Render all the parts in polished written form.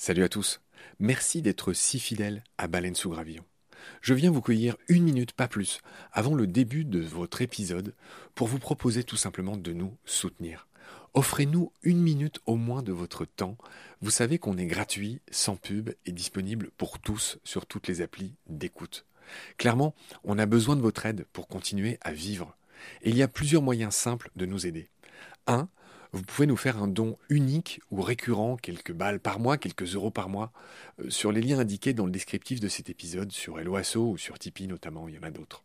Salut à tous. Merci d'être si fidèles à Baleine sous Gravillon. Je viens vous cueillir 1 minute, pas plus, avant le début de votre épisode pour vous proposer tout simplement de nous soutenir. Offrez-nous 1 minute au moins de votre temps. Vous savez qu'on est gratuit, sans pub et disponible pour tous sur toutes les applis d'écoute. Clairement, on a besoin de votre aide pour continuer à vivre. Et il y a plusieurs moyens simples de nous aider. 1. Vous pouvez nous faire un don unique ou récurrent, quelques balles par mois, quelques euros par mois, sur les liens indiqués dans le descriptif de cet épisode, sur Helloasso ou sur Tipeee notamment, il y en a d'autres.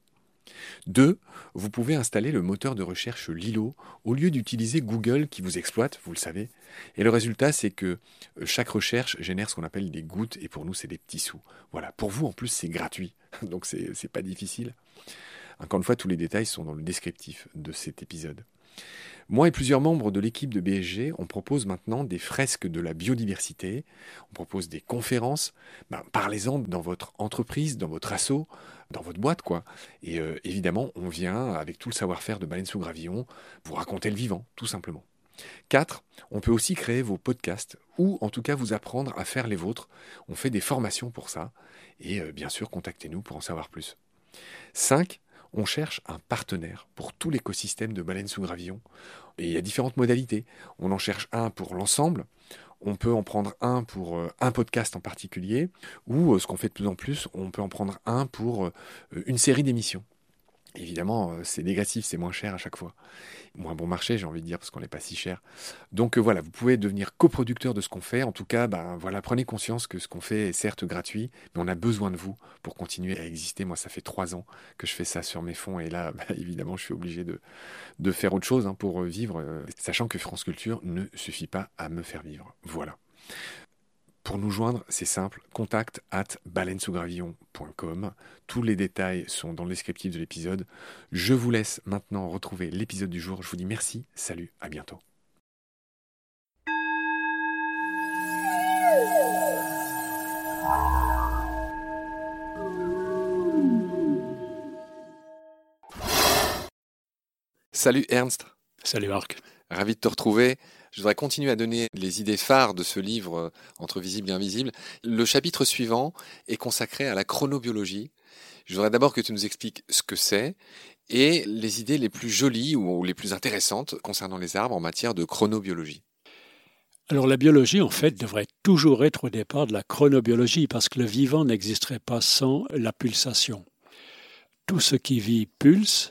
2. Vous pouvez installer le moteur de recherche Lilo au lieu d'utiliser Google qui vous exploite, vous le savez. Et le résultat, c'est que chaque recherche génère ce qu'on appelle des gouttes, et pour nous, c'est des petits sous. Voilà, pour vous, en plus, c'est gratuit, donc c'est pas difficile. Encore une fois, tous les détails sont dans le descriptif de cet épisode. Moi et plusieurs membres de l'équipe de BSG, on propose maintenant des fresques de la biodiversité, on propose des conférences, parlez-en dans votre entreprise, dans votre asso, dans votre boîte quoi. Et évidemment, on vient avec tout le savoir-faire de Baleine sous Gravillon vous raconter le vivant, tout simplement. 4. On peut aussi créer vos podcasts ou en tout cas vous apprendre à faire les vôtres. On fait des formations pour ça et bien sûr, contactez-nous pour en savoir plus. 5. On cherche un partenaire pour tout l'écosystème de Baleine sous Gravillon. Et il y a différentes modalités. On en cherche un pour l'ensemble. On peut en prendre un pour un podcast en particulier. Ou, ce qu'on fait de plus en plus, on peut en prendre un pour une série d'émissions. Évidemment, c'est négatif, c'est moins cher à chaque fois. Moins bon marché, j'ai envie de dire, parce qu'on n'est pas si cher. Donc voilà, vous pouvez devenir coproducteur de ce qu'on fait. En tout cas, voilà, prenez conscience que ce qu'on fait est certes gratuit, mais on a besoin de vous pour continuer à exister. Moi, ça fait 3 ans que je fais ça sur mes fonds. Et là, évidemment, je suis obligé de faire autre chose pour vivre, sachant que France Culture ne suffit pas à me faire vivre. Voilà. Pour nous joindre, c'est simple, contact@baleinesousgravillon.com. Tous les détails sont dans le descriptif de l'épisode. Je vous laisse maintenant retrouver l'épisode du jour. Je vous dis merci, salut, à bientôt. Salut Ernst. Salut Marc. Ravi de te retrouver. Je voudrais continuer à donner les idées phares de ce livre Entre visible et invisible. Le chapitre suivant est consacré à la chronobiologie. Je voudrais d'abord que tu nous expliques ce que c'est et les idées les plus jolies ou les plus intéressantes concernant les arbres en matière de chronobiologie. Alors la biologie, en fait, devrait toujours être au départ de la chronobiologie parce que le vivant n'existerait pas sans la pulsation. Tout ce qui vit pulse.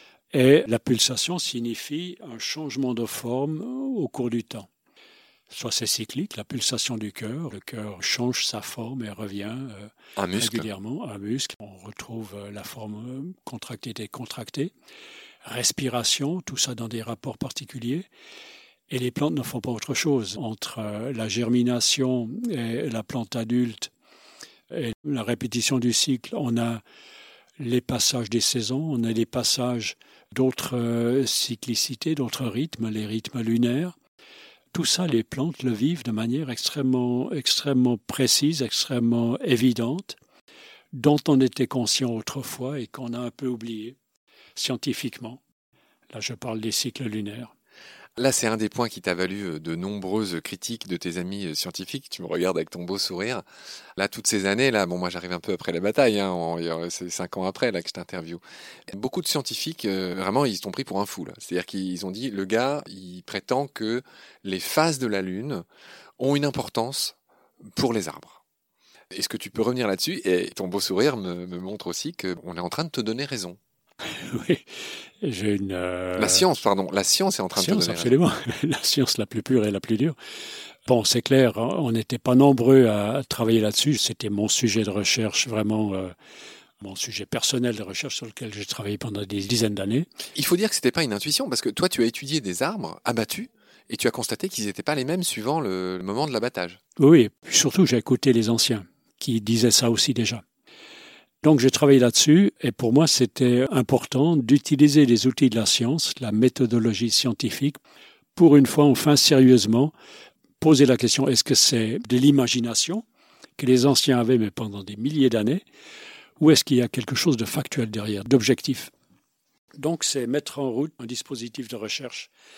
Et la pulsation signifie un changement de forme au cours du temps. Soit c'est cyclique, la pulsation du cœur, le cœur change sa forme et revient régulièrement. Un muscle, on retrouve la forme contractée, décontractée. Respiration, tout ça dans des rapports particuliers. Et les plantes ne font pas autre chose. Entre la germination et la plante adulte et la répétition du cycle, on a les passages des saisons, on a les passages d'autres cyclicités, d'autres rythmes, les rythmes lunaires. Tout ça, les plantes le vivent de manière extrêmement précise, extrêmement évidente, dont on était conscient autrefois et qu'on a un peu oublié scientifiquement. Là, je parle des cycles lunaires. Là, c'est un des points qui t'a valu de nombreuses critiques de tes amis scientifiques. Tu me regardes avec ton beau sourire. Là, toutes ces années, moi j'arrive un peu après la bataille, c'est 5 ans après là, que je t'interviewe. Beaucoup de scientifiques, vraiment, ils t'ont pris pour un fou. Là. C'est-à-dire qu'ils ont dit, le gars, il prétend que les phases de la Lune ont une importance pour les arbres. Est-ce que tu peux revenir là-dessus? Et ton beau sourire me montre aussi qu'on est en train de te donner raison. Oui, j'ai une... La science est en train de te donner absolument. Raison. La science la plus pure et la plus dure. Bon, c'est clair, on n'était pas nombreux à travailler là-dessus. C'était mon sujet de recherche, vraiment mon sujet personnel de recherche sur lequel j'ai travaillé pendant des dizaines d'années. Il faut dire que ce n'était pas une intuition, parce que toi, tu as étudié des arbres abattus et tu as constaté qu'ils n'étaient pas les mêmes suivant le moment de l'abattage. Oui, et puis surtout, j'ai écouté les anciens qui disaient ça aussi déjà. Donc j'ai travaillé là-dessus et pour moi c'était important d'utiliser les outils de la science, la méthodologie scientifique, pour une fois enfin sérieusement poser la question est-ce que c'est de l'imagination que les anciens avaient mais pendant des milliers d'années ou est-ce qu'il y a quelque chose de factuel derrière, d'objectif. Donc c'est mettre en route un dispositif de recherche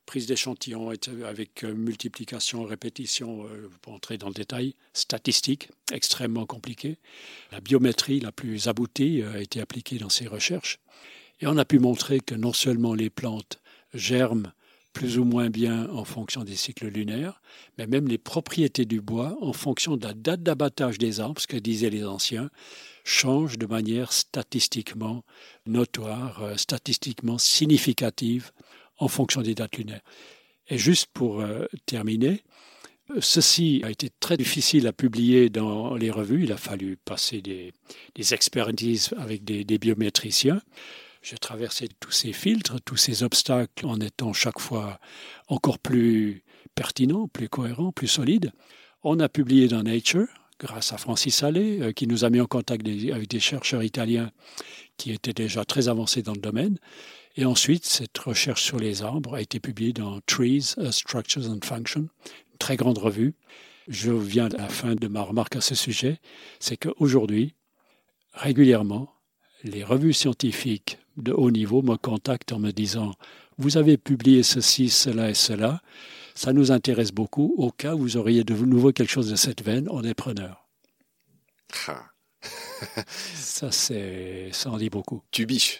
prise d'échantillons avec multiplication, répétition, pour entrer dans le détail, statistique, extrêmement compliqué. La biométrie la plus aboutie a été appliquée dans ces recherches. Et on a pu montrer que non seulement les plantes germent plus ou moins bien en fonction des cycles lunaires, mais même les propriétés du bois, en fonction de la date d'abattage des arbres, ce que disaient les anciens, changent de manière statistiquement notoire, statistiquement significative en fonction des dates lunaires. Et juste pour terminer, ceci a été très difficile à publier dans les revues. Il a fallu passer des expertises avec des biométriciens. J'ai traversé tous ces filtres, tous ces obstacles en étant chaque fois encore plus pertinent, plus cohérent, plus solide. On a publié dans Nature, grâce à Francis Allais, qui nous a mis en contact avec des chercheurs italiens qui étaient déjà très avancés dans le domaine. Et ensuite, cette recherche sur les arbres a été publiée dans Trees, Structures and Function, une très grande revue. Je viens à la fin de ma remarque à ce sujet, c'est qu'aujourd'hui, régulièrement, les revues scientifiques de haut niveau me contactent en me disant « Vous avez publié ceci, cela et cela, ça nous intéresse beaucoup. Au cas où vous auriez de nouveau quelque chose de cette veine, on est preneur. » Ça en dit beaucoup. Tu biches.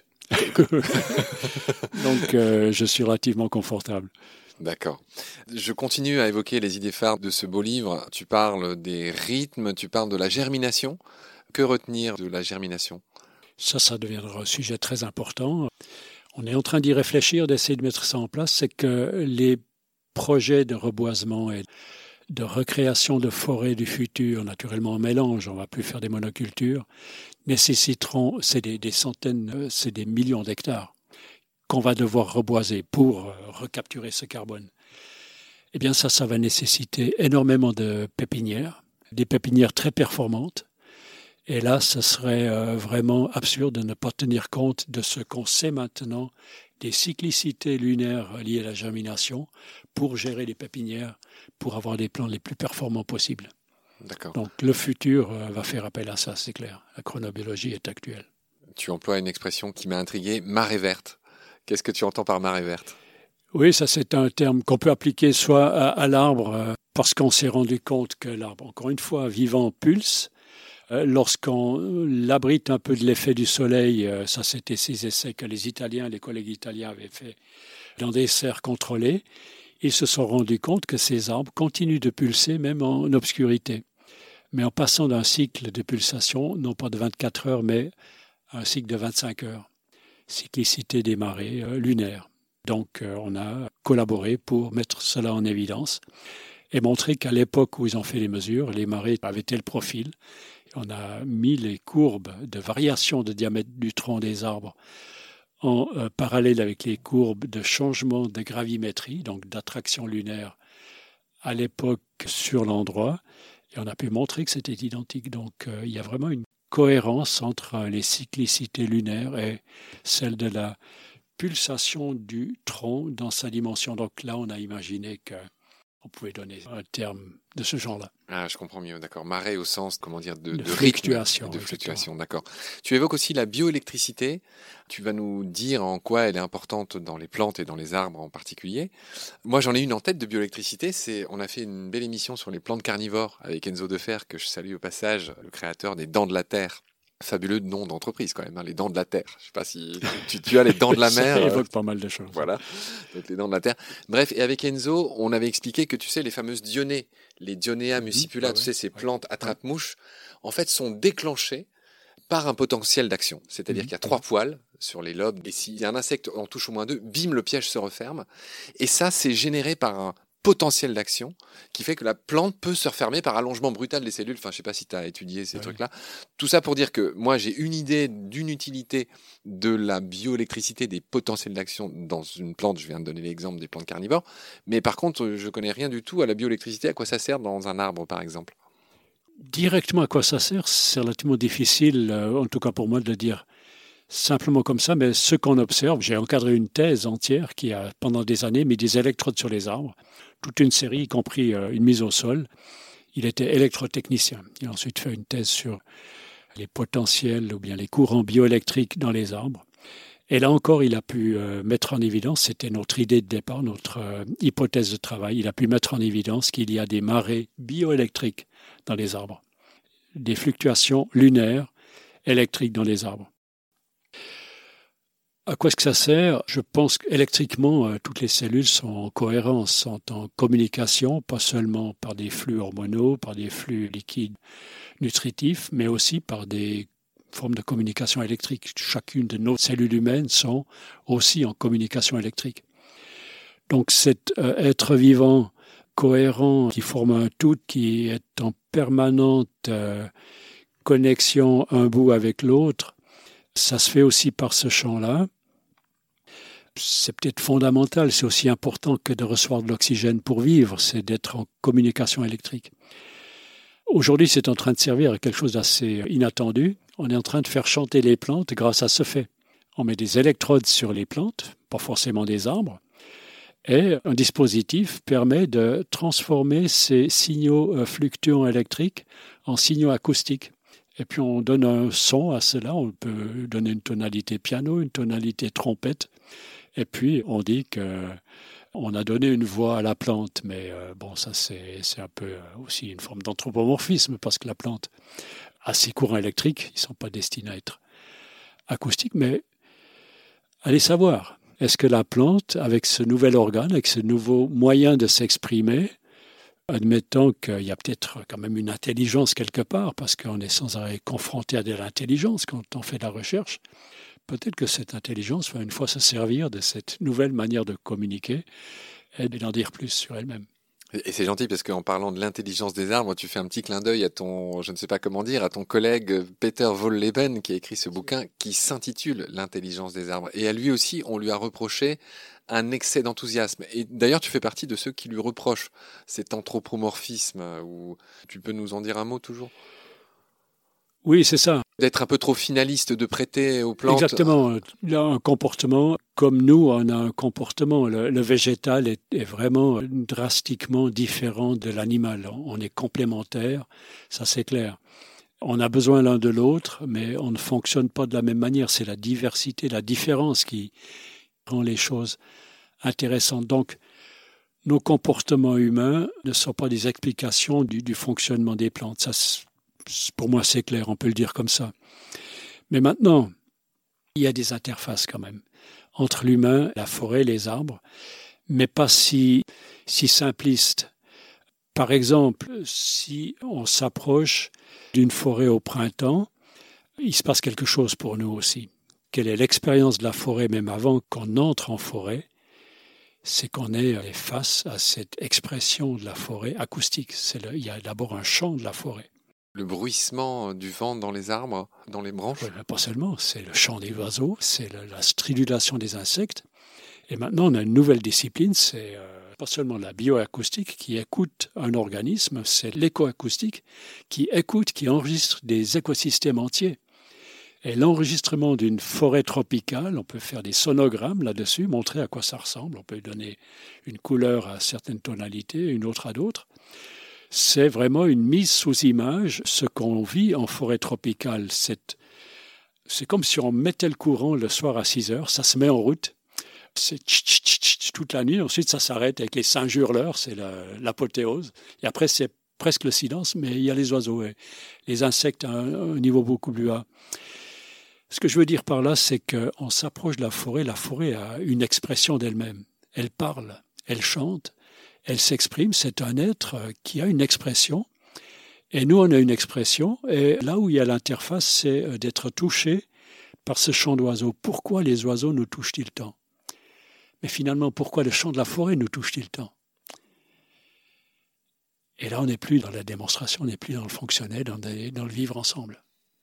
Donc, je suis relativement confortable. D'accord. Je continue à évoquer les idées phares de ce beau livre. Tu parles des rythmes, tu parles de la germination. Que retenir de la germination ? Ça deviendra un sujet très important. On est en train d'y réfléchir, d'essayer de mettre ça en place. C'est que les projets de reboisement et de recréation de forêts du futur, naturellement en mélange, on ne va plus faire des monocultures, nécessiteront, c'est des centaines, c'est des millions d'hectares qu'on va devoir reboiser pour recapturer ce carbone. Eh bien ça va nécessiter énormément de pépinières, des pépinières très performantes. Et là, ce serait vraiment absurde de ne pas tenir compte de ce qu'on sait maintenant des cyclicités lunaires liées à la germination pour gérer les pépinières, pour avoir les plants les plus performants possibles. D'accord. Donc le futur va faire appel à ça, c'est clair. La chronobiologie est actuelle. Tu emploies une expression qui m'a intrigué, marée verte. Qu'est-ce que tu entends par marée verte ? Oui, ça c'est un terme qu'on peut appliquer soit à l'arbre, parce qu'on s'est rendu compte que l'arbre, encore une fois, vivant, pulse. Lorsqu'on l'abrite un peu de l'effet du soleil, ça c'était ces essais que les collègues italiens avaient fait dans des serres contrôlées, ils se sont rendus compte que ces arbres continuent de pulser même en obscurité. Mais en passant d'un cycle de pulsation, non pas de 24 heures, mais un cycle de 25 heures. Cyclicité des marées lunaires. Donc on a collaboré pour mettre cela en évidence et montrer qu'à l'époque où ils ont fait les mesures, les marées avaient tel profil. On a mis les courbes de variation de diamètre du tronc des arbres en parallèle avec les courbes de changement de gravimétrie, donc d'attraction lunaire à l'époque sur l'endroit. Et on a pu montrer que c'était identique. Donc il y a vraiment une cohérence entre les cyclicités lunaires et celle de la pulsation du tronc dans sa dimension. Donc là, on a imaginé qu'on pouvait donner un terme de ce genre-là. Ah, je comprends mieux, d'accord. Marée au sens, comment dire, de fluctuation. Rythme, de fluctuation, d'accord. Tu évoques aussi la bioélectricité. Tu vas nous dire en quoi elle est importante dans les plantes et dans les arbres en particulier. Moi, j'en ai une en tête de bioélectricité. On a fait une belle émission sur les plantes carnivores avec Enzo Defer, que je salue au passage, le créateur des Dents de la Terre. Fabuleux nom d'entreprise quand même, hein, les Dents de la Terre. Je sais pas si tu as les Dents de la mer. Ça évoque pas mal de choses. Voilà, donc les Dents de la Terre. Bref, et avec Enzo, on avait expliqué que tu sais, les fameuses dionnées, les Dionea muscipula, tu sais, ces plantes attrape-mouches, en fait, sont déclenchées par un potentiel d'action. C'est-à-dire qu'il y a 3 poils sur les lobes, et s'il y a un insecte en touche au moins 2, bim, le piège se referme. Et ça, c'est généré par un potentiel d'action qui fait que la plante peut se refermer par allongement brutal des cellules. Enfin, je sais pas si tu as étudié ces trucs-là. Tout ça pour dire que moi, j'ai une idée d'une utilité de la bioélectricité, des potentiels d'action dans une plante. Je viens de donner l'exemple des plantes carnivores. Mais par contre, je connais rien du tout à la bioélectricité, à quoi ça sert dans un arbre, par exemple. Directement à quoi ça sert, c'est relativement difficile, en tout cas pour moi, de le dire simplement comme ça. Mais ce qu'on observe, j'ai encadré une thèse entière qui a, pendant des années, mis des électrodes sur les arbres. Toute une série, y compris une mise au sol. Il était électrotechnicien. Il a ensuite fait une thèse sur les potentiels ou bien les courants bioélectriques dans les arbres. Et là encore, il a pu mettre en évidence, c'était notre idée de départ, notre hypothèse de travail, il a pu mettre en évidence qu'il y a des marées bioélectriques dans les arbres, des fluctuations lunaires électriques dans les arbres. À quoi est-ce que ça sert? Je pense qu'électriquement, toutes les cellules sont en cohérence, sont en communication, pas seulement par des flux hormonaux, par des flux liquides nutritifs, mais aussi par des formes de communication électrique. Chacune de nos cellules humaines sont aussi en communication électrique. Donc cet être vivant cohérent qui forme un tout, qui est en permanente connexion un bout avec l'autre, ça se fait aussi par ce champ-là. C'est peut-être fondamental, c'est aussi important que de recevoir de l'oxygène pour vivre, c'est d'être en communication électrique. Aujourd'hui, c'est en train de servir à quelque chose d'assez inattendu. On est en train de faire chanter les plantes grâce à ce fait. On met des électrodes sur les plantes, pas forcément des arbres, et un dispositif permet de transformer ces signaux fluctuants électriques en signaux acoustiques. Et puis on donne un son à cela, on peut donner une tonalité piano, une tonalité trompette, et puis on dit qu'on a donné une voix à la plante, mais bon, ça c'est un peu aussi une forme d'anthropomorphisme, parce que la plante a ses courants électriques, ils ne sont pas destinés à être acoustiques, mais allez savoir, est-ce que la plante, avec ce nouvel organe, avec ce nouveau moyen de s'exprimer, admettant qu'il y a peut-être quand même une intelligence quelque part, parce qu'on est sans arrêt confronté à de l'intelligence quand on fait de la recherche, peut-être que cette intelligence va une fois se servir de cette nouvelle manière de communiquer et d'en dire plus sur elle-même. Et c'est gentil parce qu'en parlant de l'intelligence des arbres, tu fais un petit clin d'œil à ton, je ne sais pas comment dire, à ton collègue Peter Wohlleben qui a écrit ce bouquin qui s'intitule L'intelligence des arbres. Et à lui aussi, on lui a reproché un excès d'enthousiasme. Et d'ailleurs, tu fais partie de ceux qui lui reprochent cet anthropomorphisme. Où tu peux nous en dire un mot toujours ? Oui, c'est ça. D'être un peu trop finaliste, de prêter aux plantes. Exactement. Il a un comportement, comme nous, on a un comportement. Le végétal est vraiment drastiquement différent de l'animal. On est complémentaires, ça c'est clair. On a besoin l'un de l'autre, mais on ne fonctionne pas de la même manière. C'est la diversité, la différence qui rend les choses intéressantes. Donc, nos comportements humains ne sont pas des explications du fonctionnement des plantes. Ça, pour moi, c'est clair, on peut le dire comme ça. Mais maintenant, il y a des interfaces quand même entre l'humain, la forêt, les arbres, mais pas si simplistes. Par exemple, si on s'approche d'une forêt au printemps, il se passe quelque chose pour nous aussi. Quelle est l'expérience de la forêt, même avant qu'on entre en forêt? C'est qu'on est face à cette expression de la forêt acoustique. Il y a d'abord un chant de la forêt. Le bruissement du vent dans les arbres, dans les branches? Oui, pas seulement, c'est le chant des oiseaux, c'est la stridulation des insectes. Et maintenant, on a une nouvelle discipline, c'est pas seulement la bioacoustique qui écoute un organisme, c'est l'écoacoustique qui écoute, qui enregistre des écosystèmes entiers. Et l'enregistrement d'une forêt tropicale, on peut faire des sonogrammes là-dessus, montrer à quoi ça ressemble, on peut donner une couleur à certaines tonalités, une autre à d'autres. C'est vraiment une mise sous image, ce qu'on vit en forêt tropicale. C'est comme si on mettait le courant le soir à 6 heures, ça se met en route, c'est toute la nuit, ensuite ça s'arrête avec les singes hurleurs, c'est l'apothéose, et après c'est presque le silence, mais il y a les oiseaux et les insectes à un niveau beaucoup plus bas. Ce que je veux dire par là, c'est qu'on s'approche de la forêt a une expression d'elle-même, elle parle, elle chante, elle s'exprime, c'est un être qui a une expression, et nous on a une expression, et là où il y a l'interface, c'est d'être touché par ce chant d'oiseaux. Pourquoi les oiseaux nous touchent-ils tant? Mais finalement, pourquoi le chant de la forêt nous touche-t-il tant? Et là, on n'est plus dans la démonstration, on n'est plus dans le fonctionnel, dans le vivre ensemble.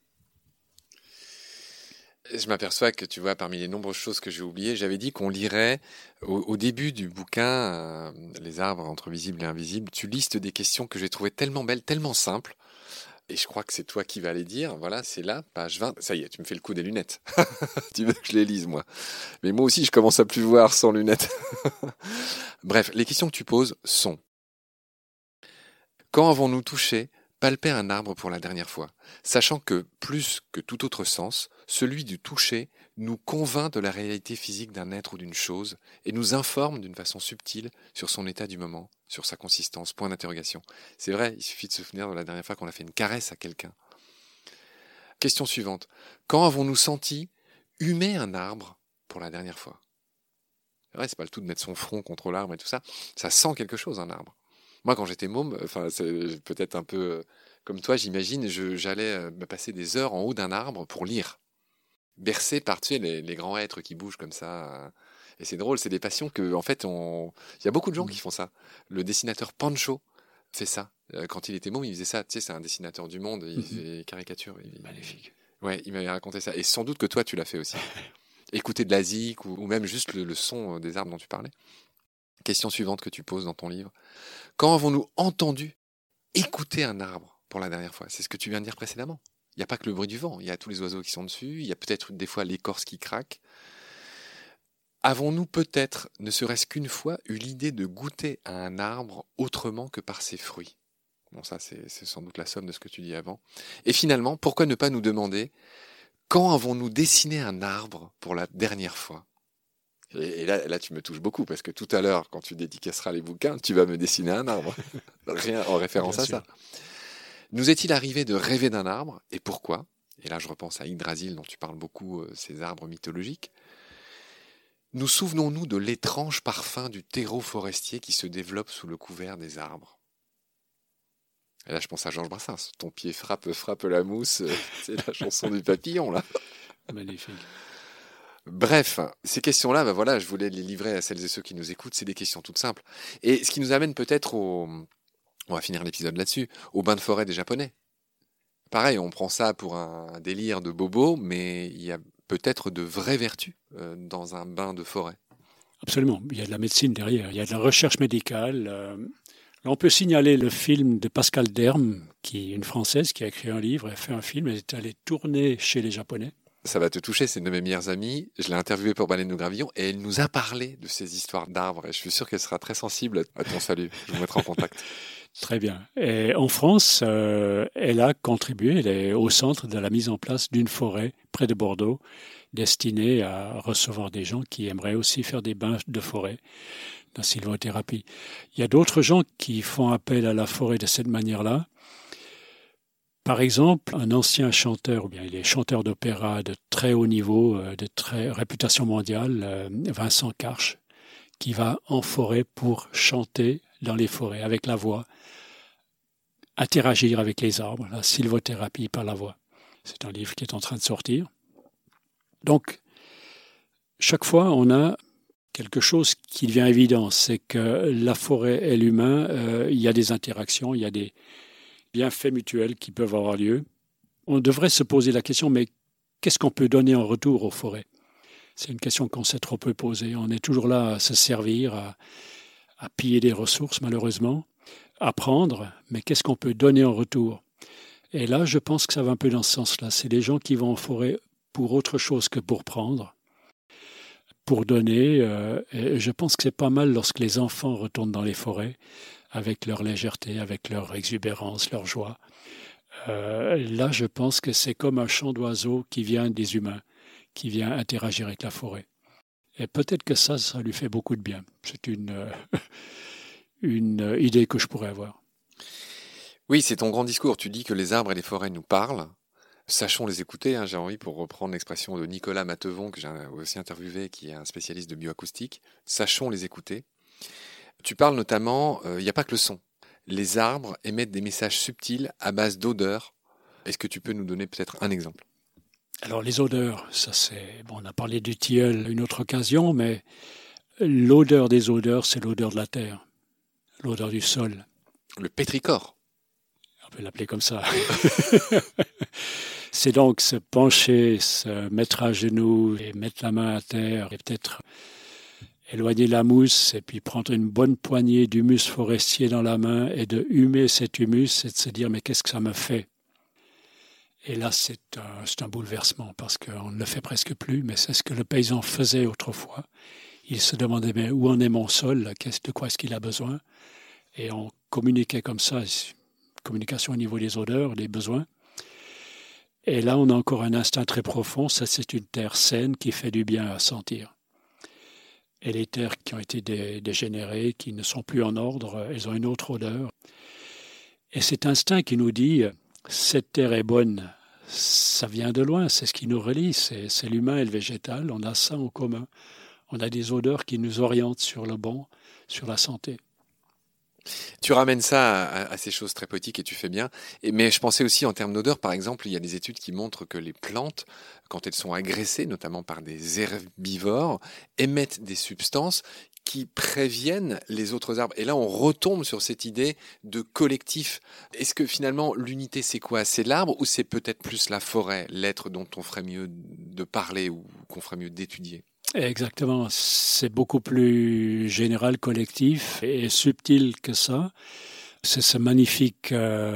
Je m'aperçois que, tu vois, parmi les nombreuses choses que j'ai oubliées, j'avais dit qu'on lirait au début du bouquin Les arbres entre visibles et invisibles. Tu listes des questions que j'ai trouvées tellement belles, tellement simples. Et je crois que c'est toi qui vas les dire. Voilà, c'est là, page 20. Ça y est, tu me fais le coup des lunettes. Tu veux que je les lise, moi. Mais moi aussi, je commence à plus voir sans lunettes. Bref, les questions que tu poses sont: quand avons-nous touché palper un arbre pour la dernière fois, sachant que, plus que tout autre sens, celui du toucher nous convainc de la réalité physique d'un être ou d'une chose et nous informe d'une façon subtile sur son état du moment, sur sa consistance, point d'interrogation. C'est vrai, il suffit de se souvenir de la dernière fois qu'on a fait une caresse à quelqu'un. Question suivante. Quand avons-nous senti humer un arbre pour la dernière fois? C'est vrai, c'est pas le tout de mettre son front contre l'arbre et tout ça. Ça sent quelque chose, un arbre. Moi, quand j'étais môme, enfin, c'est peut-être un peu comme toi, j'imagine, j'allais me passer des heures en haut d'un arbre pour lire. Bercé par, tu sais, les grands êtres qui bougent comme ça. Et c'est drôle, c'est des passions que, en fait, il y a beaucoup de gens qui font ça. Le dessinateur Pancho fait ça. Quand il était môme, il faisait ça. Tu sais, c'est un dessinateur du monde, il faisait des caricatures. Magnifique. Ouais, il m'avait raconté ça. Et sans doute que toi, tu l'as fait aussi. Écouter de la zik ou même juste le son des arbres dont tu parlais. Question suivante que tu poses dans ton livre. Quand avons-nous entendu écouter un arbre pour la dernière fois? C'est ce que tu viens de dire précédemment. Il n'y a pas que le bruit du vent, il y a tous les oiseaux qui sont dessus, il y a peut-être des fois l'écorce qui craque. Avons-nous peut-être, ne serait-ce qu'une fois, eu l'idée de goûter à un arbre autrement que par ses fruits? Bon, ça, c'est sans doute la somme de ce que tu dis avant. Et finalement, pourquoi ne pas nous demander quand avons-nous dessiné un arbre pour la dernière fois? Et là, tu me touches beaucoup, parce que tout à l'heure, quand tu dédicaceras les bouquins, tu vas me dessiner un arbre. Rien en référence à ça. Nous est-il arrivé de rêver d'un arbre, et pourquoi? Et là, je repense à Yggdrasil, dont tu parles beaucoup, ces arbres mythologiques. Nous souvenons-nous de l'étrange parfum du terreau forestier qui se développe sous le couvert des arbres? Et là, je pense à Georges Brassens. Ton pied frappe la mousse. C'est la chanson du papillon, là. Magnifique. Bref, ces questions-là, voilà, je voulais les livrer à celles et ceux qui nous écoutent. C'est des questions toutes simples. Et ce qui nous amène peut-être on va finir l'épisode là-dessus, au bain de forêt des Japonais. Pareil, on prend ça pour un délire de bobo, mais il y a peut-être de vraies vertus dans un bain de forêt. Absolument. Il y a de la médecine derrière. Il y a de la recherche médicale. Là, on peut signaler le film de Pascal Derme, qui est une Française qui a écrit un livre, elle a fait un film, elle est allée tourner chez les Japonais. Ça va te toucher, c'est une de mes meilleures amies. Je l'ai interviewée pour Baleine nous Gravillon et elle nous a parlé de ces histoires d'arbres. Et je suis sûr qu'elle sera très sensible à ton salut. Je vous mettrai en contact. Très bien. Et en France, elle a contribué, elle est au centre de la mise en place d'une forêt près de Bordeaux, destinée à recevoir des gens qui aimeraient aussi faire des bains de forêt, la sylvothérapie. Il y a d'autres gens qui font appel à la forêt de cette manière-là. Par exemple, un ancien chanteur, ou bien il est chanteur d'opéra de très haut niveau, de très réputation mondiale, Vincent Karch, qui va en forêt pour chanter dans les forêts avec la voix, interagir avec les arbres, la sylvothérapie par la voix. C'est un livre qui est en train de sortir. Donc, chaque fois, on a quelque chose qui devient évident, c'est que la forêt et l'humain, il y a des interactions, il y a des bienfaits mutuels qui peuvent avoir lieu. On devrait se poser la question, mais qu'est-ce qu'on peut donner en retour aux forêts? C'est une question qu'on sait trop peu poser. On est toujours là à se servir, à piller des ressources, malheureusement, à prendre, mais qu'est-ce qu'on peut donner en retour? Et là, je pense que ça va un peu dans ce sens-là. C'est des gens qui vont en forêt pour autre chose que pour prendre, pour donner. Et je pense que c'est pas mal lorsque les enfants retournent dans les forêts, avec leur légèreté, avec leur exubérance, leur joie. Là, je pense que c'est comme un chant d'oiseau qui vient des humains, qui vient interagir avec la forêt. Et peut-être que ça lui fait beaucoup de bien. C'est une idée que je pourrais avoir. Oui, c'est ton grand discours. Tu dis que les arbres et les forêts nous parlent. Sachons les écouter, hein, j'ai envie, pour reprendre l'expression de Nicolas Matevon, que j'ai aussi interviewé, qui est un spécialiste de bioacoustique. Sachons les écouter. Tu parles notamment, il n'y a pas que le son. Les arbres émettent des messages subtils à base d'odeurs. Est-ce que tu peux nous donner peut-être un exemple? Alors les odeurs, ça c'est... Bon, on a parlé du tilleul une autre occasion, mais l'odeur des odeurs, c'est l'odeur de la terre, l'odeur du sol. Le pétrichor. On peut l'appeler comme ça. C'est donc se pencher, se mettre à genoux et mettre la main à terre et peut-être éloigner la mousse et puis prendre une bonne poignée d'humus forestier dans la main et de humer cet humus et de se dire mais qu'est-ce que ça me fait? Et là c'est un bouleversement parce qu'on ne le fait presque plus, mais c'est ce que le paysan faisait autrefois. Il se demandait mais où en est mon sol, de quoi est-ce qu'il a besoin? Et on communiquait comme ça, communication au niveau des odeurs, des besoins. Et là, on a encore un instinct très profond, ça c'est une terre saine qui fait du bien à sentir. Et les terres qui ont été dégénérées, qui ne sont plus en ordre, elles ont une autre odeur. Et cet instinct qui nous dit « cette terre est bonne », ça vient de loin, c'est ce qui nous relie, c'est l'humain et le végétal, on a ça en commun. On a des odeurs qui nous orientent sur le bon, sur la santé. Tu ramènes ça à ces choses très poétiques et tu fais bien. Mais je pensais aussi en termes d'odeur, par exemple, il y a des études qui montrent que les plantes, quand elles sont agressées, notamment par des herbivores, émettent des substances qui préviennent les autres arbres. Et là, on retombe sur cette idée de collectif. Est-ce que finalement, l'unité, c'est quoi? C'est l'arbre ou c'est peut-être plus la forêt, l'être dont on ferait mieux de parler ou qu'on ferait mieux d'étudier? Exactement, c'est beaucoup plus général, collectif et subtil que ça. C'est ce magnifique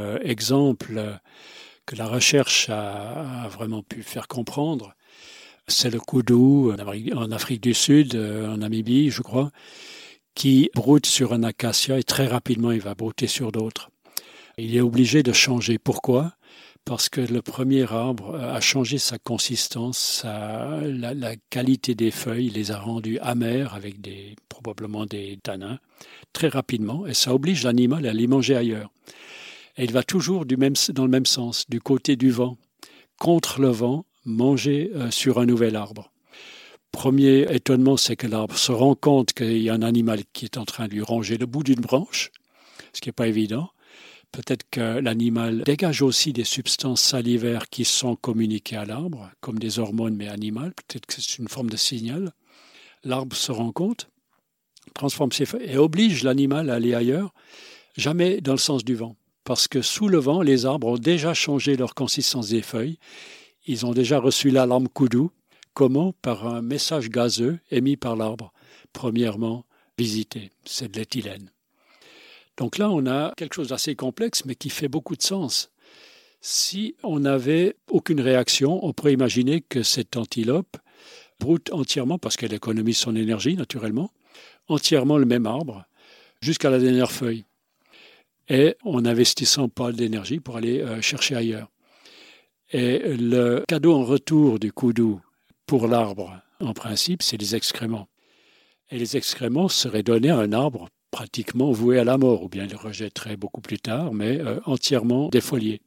exemple que la recherche a vraiment pu faire comprendre. C'est le koudou en Afrique du Sud, en Namibie, je crois, qui broute sur un acacia et très rapidement il va brouter sur d'autres. Il est obligé de changer. Pourquoi ? Parce que le premier arbre a changé sa consistance, la qualité des feuilles les a rendues amères avec probablement des tanins très rapidement et ça oblige l'animal à les manger ailleurs. Et il va toujours dans le même sens, du côté du vent, contre le vent, manger sur un nouvel arbre. Premier étonnement, c'est que l'arbre se rend compte qu'il y a un animal qui est en train de lui ronger le bout d'une branche, ce qui n'est pas évident. Peut-être que l'animal dégage aussi des substances salivaires qui sont communiquées à l'arbre, comme des hormones mais animales. Peut-être que c'est une forme de signal. L'arbre se rend compte, transforme ses feuilles et oblige l'animal à aller ailleurs, jamais dans le sens du vent. Parce que sous le vent, les arbres ont déjà changé leur consistance des feuilles. Ils ont déjà reçu l'alarme koudou. Comment ? Par un message gazeux émis par l'arbre. Premièrement, visiter, c'est de l'éthylène. Donc là, on a quelque chose d'assez complexe, mais qui fait beaucoup de sens. Si on n'avait aucune réaction, on pourrait imaginer que cette antilope broute entièrement, parce qu'elle économise son énergie naturellement, entièrement le même arbre, jusqu'à la dernière feuille. Et en n'investissant pas d'énergie pour aller chercher ailleurs. Et le cadeau en retour du koudou pour l'arbre, en principe, c'est les excréments. Et les excréments seraient donnés à un arbre pratiquement voué à la mort, ou bien il le rejetterait beaucoup plus tard, mais entièrement défolié.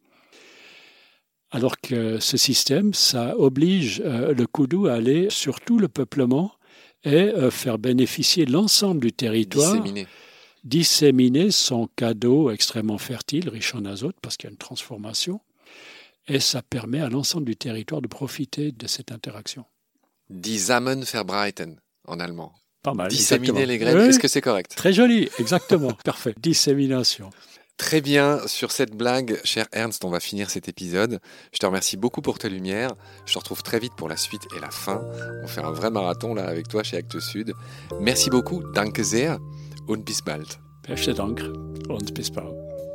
Alors que ce système, ça oblige le koudou à aller sur tout le peuplement et faire bénéficier l'ensemble du territoire, disséminer son cadeau extrêmement fertile, riche en azote, parce qu'il y a une transformation, et ça permet à l'ensemble du territoire de profiter de cette interaction. Die Samen verbreiten, en allemand. Pas mal. Disséminer les graines, oui, est-ce que c'est correct? Très joli, exactement, parfait. Dissémination. Très bien, sur cette blague, cher Ernst, on va finir cet épisode. Je te remercie beaucoup pour tes lumières. Je te retrouve très vite pour la suite et la fin. On fait un vrai marathon là avec toi chez Actes Sud. Merci beaucoup, danke sehr und bis bald. Besten Dank und bis bald.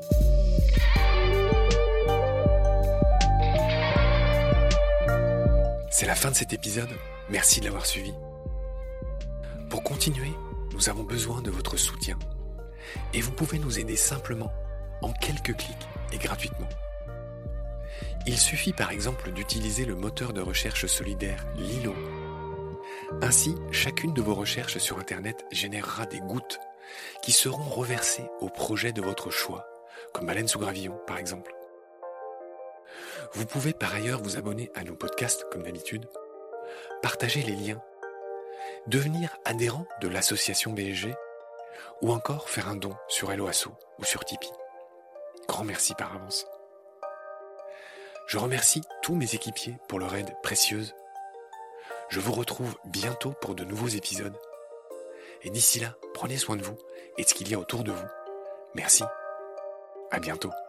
C'est la fin de cet épisode. Merci de l'avoir suivi. Pour continuer, nous avons besoin de votre soutien. Et vous pouvez nous aider simplement, en quelques clics et gratuitement. Il suffit par exemple d'utiliser le moteur de recherche solidaire Lilo. Ainsi, chacune de vos recherches sur Internet générera des gouttes qui seront reversées au projet de votre choix, comme Baleine sous gravillon par exemple. Vous pouvez par ailleurs vous abonner à nos podcasts comme d'habitude, partager les liens, devenir adhérent de l'association BSG ou encore faire un don sur Helloasso ou sur Tipeee. Grand merci par avance. Je remercie tous mes équipiers pour leur aide précieuse. Je vous retrouve bientôt pour de nouveaux épisodes. Et d'ici là, prenez soin de vous et de ce qu'il y a autour de vous. Merci. À bientôt.